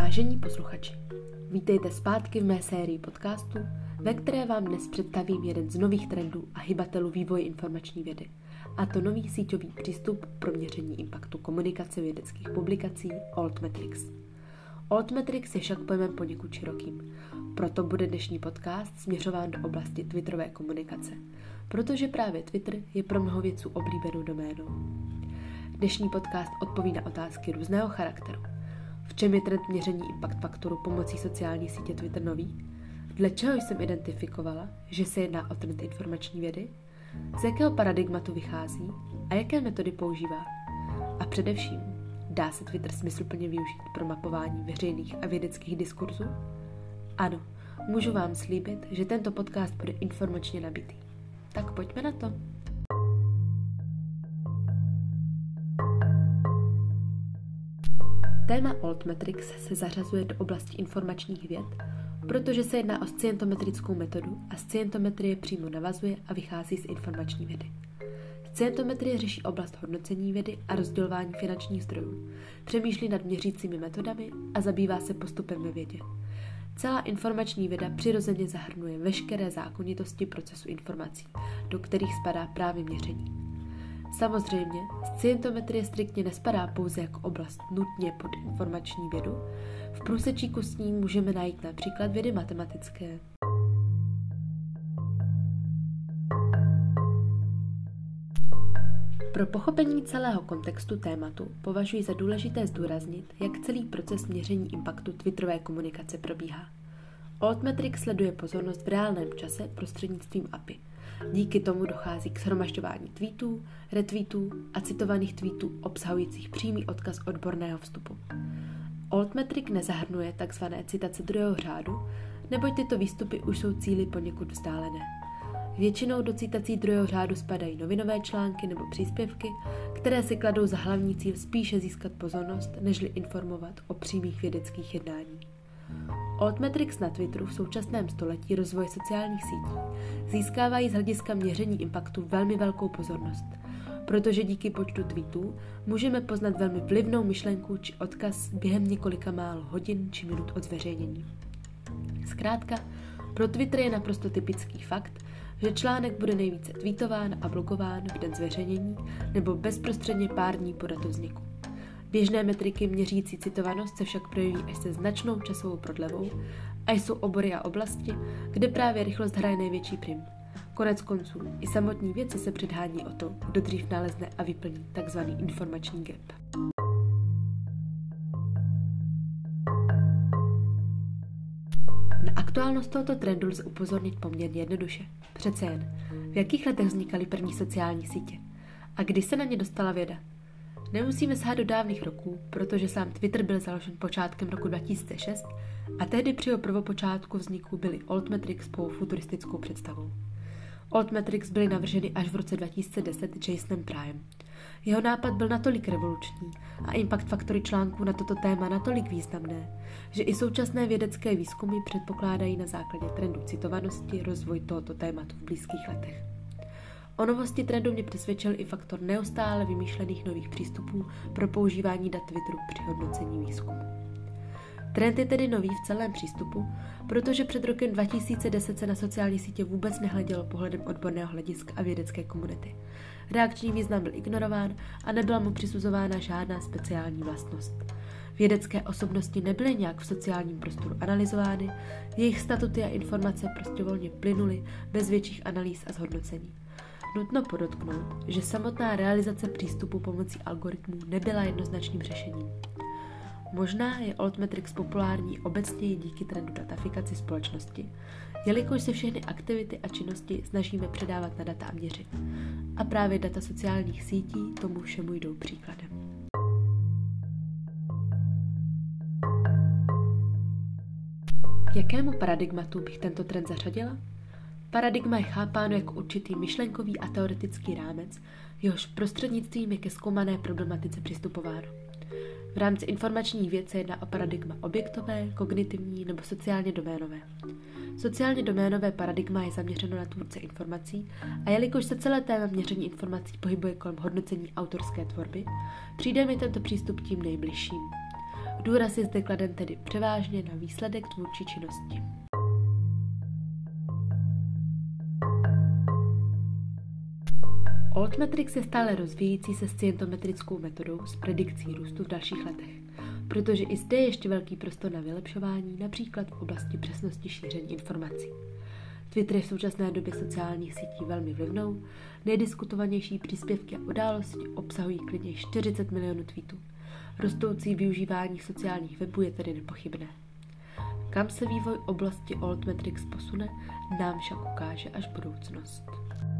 Vážení posluchači, vítejte zpátky v mé sérii podcastů, ve které vám dnes představím jeden z nových trendů a hybatelů vývoje informační vědy, a to nový síťový přístup pro měření impaktu komunikace vědeckých publikací Altmetrics. Altmetrics je však pojmem poněkud širokým, proto bude dnešní podcast směřován do oblasti twitterové komunikace, protože právě Twitter je pro mnoho vědců oblíbenou doménou. Dnešní podcast odpoví na otázky různého charakteru. V čem je trend měření impact faktoru pomocí sociální sítě Twitter nový? Dle čeho jsem identifikovala, že se jedná o trend informační vědy? Z jakého paradigmatu vychází a jaké metody používá? A především, dá se Twitter smysluplně využít pro mapování veřejných a vědeckých diskurzů? Ano, můžu vám slíbit, že tento podcast bude informačně nabitý. Tak pojďme na to. Téma Altmetrics se zařazuje do oblasti informačních věd, protože se jedná o scientometrickou metodu a scientometrie přímo navazuje a vychází z informační vědy. Scientometrie řeší oblast hodnocení vědy a rozdělování finančních zdrojů, přemýšlí nad měřícími metodami a zabývá se postupem ve vědě. Celá informační věda přirozeně zahrnuje veškeré zákonitosti procesu informací, do kterých spadá právě měření. Samozřejmě, scientometrie striktně nespadá pouze jako oblast nutně pod informační vědu, v průsečíku s ní můžeme najít například vědy matematické. Pro pochopení celého kontextu tématu považuji za důležité zdůraznit, jak celý proces měření impaktu twitterové komunikace probíhá. Altmetrics sleduje pozornost v reálném čase prostřednictvím API. Díky tomu dochází k shromažďování tweetů, retweetů a citovaných tweetů obsahujících přímý odkaz odborného vstupu. Altmetric nezahrnuje tzv. Citace druhého řádu, neboť tyto výstupy už jsou cíli poněkud vzdálené. Většinou do citací druhého řádu spadají novinové články nebo příspěvky, které si kladou za hlavní cíl spíše získat pozornost, nežli informovat o přímých vědeckých jednání. Altmetrics na Twitteru v současném století rozvoje sociálních sítí získávají z hlediska měření impaktu velmi velkou pozornost, protože díky počtu tweetů můžeme poznat velmi vlivnou myšlenku či odkaz během několika málo hodin či minut od zveřejnění. Zkrátka, pro Twitter je naprosto typický fakt, že článek bude nejvíce tweetován a blogován v den zveřejnění nebo bezprostředně pár dní po datu vzniku. Běžné metriky měřící citovanost se však projeví až se značnou časovou prodlevou a jsou obory a oblasti, kde právě rychlost hraje největší prim. Konec konců i samotní vědci se předhání o to, kdo dřív nalezne a vyplní tzv. Informační gap. Na aktuálnost tohoto trendu lze upozornit poměrně jednoduše. Přece jen, v jakých letech vznikaly první sociální sítě a kdy se na ně dostala věda? Nemusíme sahat do dávných roků, protože sám Twitter byl založen počátkem roku 2006 a tehdy při jeho prvopočátku vzniku byly Altmetrics svou futuristickou představou. Altmetrics byly navrženy až v roce 2010 Jasonem Pryem. Jeho nápad byl natolik revoluční a impact faktory článků na toto téma natolik významné, že i současné vědecké výzkumy předpokládají na základě trendu citovanosti rozvoj tohoto tématu v blízkých letech. O novosti trendu mě přesvědčil i faktor neustále vymýšlených nových přístupů pro používání dat Twitteru při hodnocení výzkumu. Trend je tedy nový v celém přístupu, protože před rokem 2010 se na sociální sítě vůbec nehledělo pohledem odborného hlediska a vědecké komunity. Reakční význam byl ignorován a nebyla mu přisuzována žádná speciální vlastnost. Vědecké osobnosti nebyly nějak v sociálním prostoru analyzovány, jejich statuty a informace prostě volně plynuly bez větších analýz a zhodnocení. Nutno podotknout, že samotná realizace přístupu pomocí algoritmů nebyla jednoznačným řešením. Možná je Altmetrics populární obecně díky trendu datafikaci společnosti, jelikož se všechny aktivity a činnosti snažíme předávat na data a měřit. A právě data sociálních sítí tomu všemu jdou příkladem. K jakému paradigmatu bych tento trend zařadila? Paradigma je chápáno jako určitý myšlenkový a teoretický rámec, jehož prostřednictvím je ke zkoumané problematice přistupováno. V rámci informační věd se jedná o paradigma objektové, kognitivní nebo sociálně doménové. Sociálně doménové paradigma je zaměřeno na tvůrce informací a jelikož se celé téma měření informací pohybuje kolem hodnocení autorské tvorby, přijde mi tento přístup tím nejbližším. Důraz je zde kladen tedy převážně na výsledek tvůrčí činnosti. Altmetrics je stále rozvíjející se scientometrickou metodou s predikcí růstu v dalších letech, protože i zde je ještě velký prostor na vylepšování, například v oblasti přesnosti šíření informací. Twitter je v současné době sociálních sítí velmi vlivnou, nejdiskutovanější příspěvky a události obsahují klidně 40 milionů tweetů. Rostoucí využívání sociálních webů je tedy nepochybné. Kam se vývoj oblasti Altmetrics posune, nám však ukáže až budoucnost.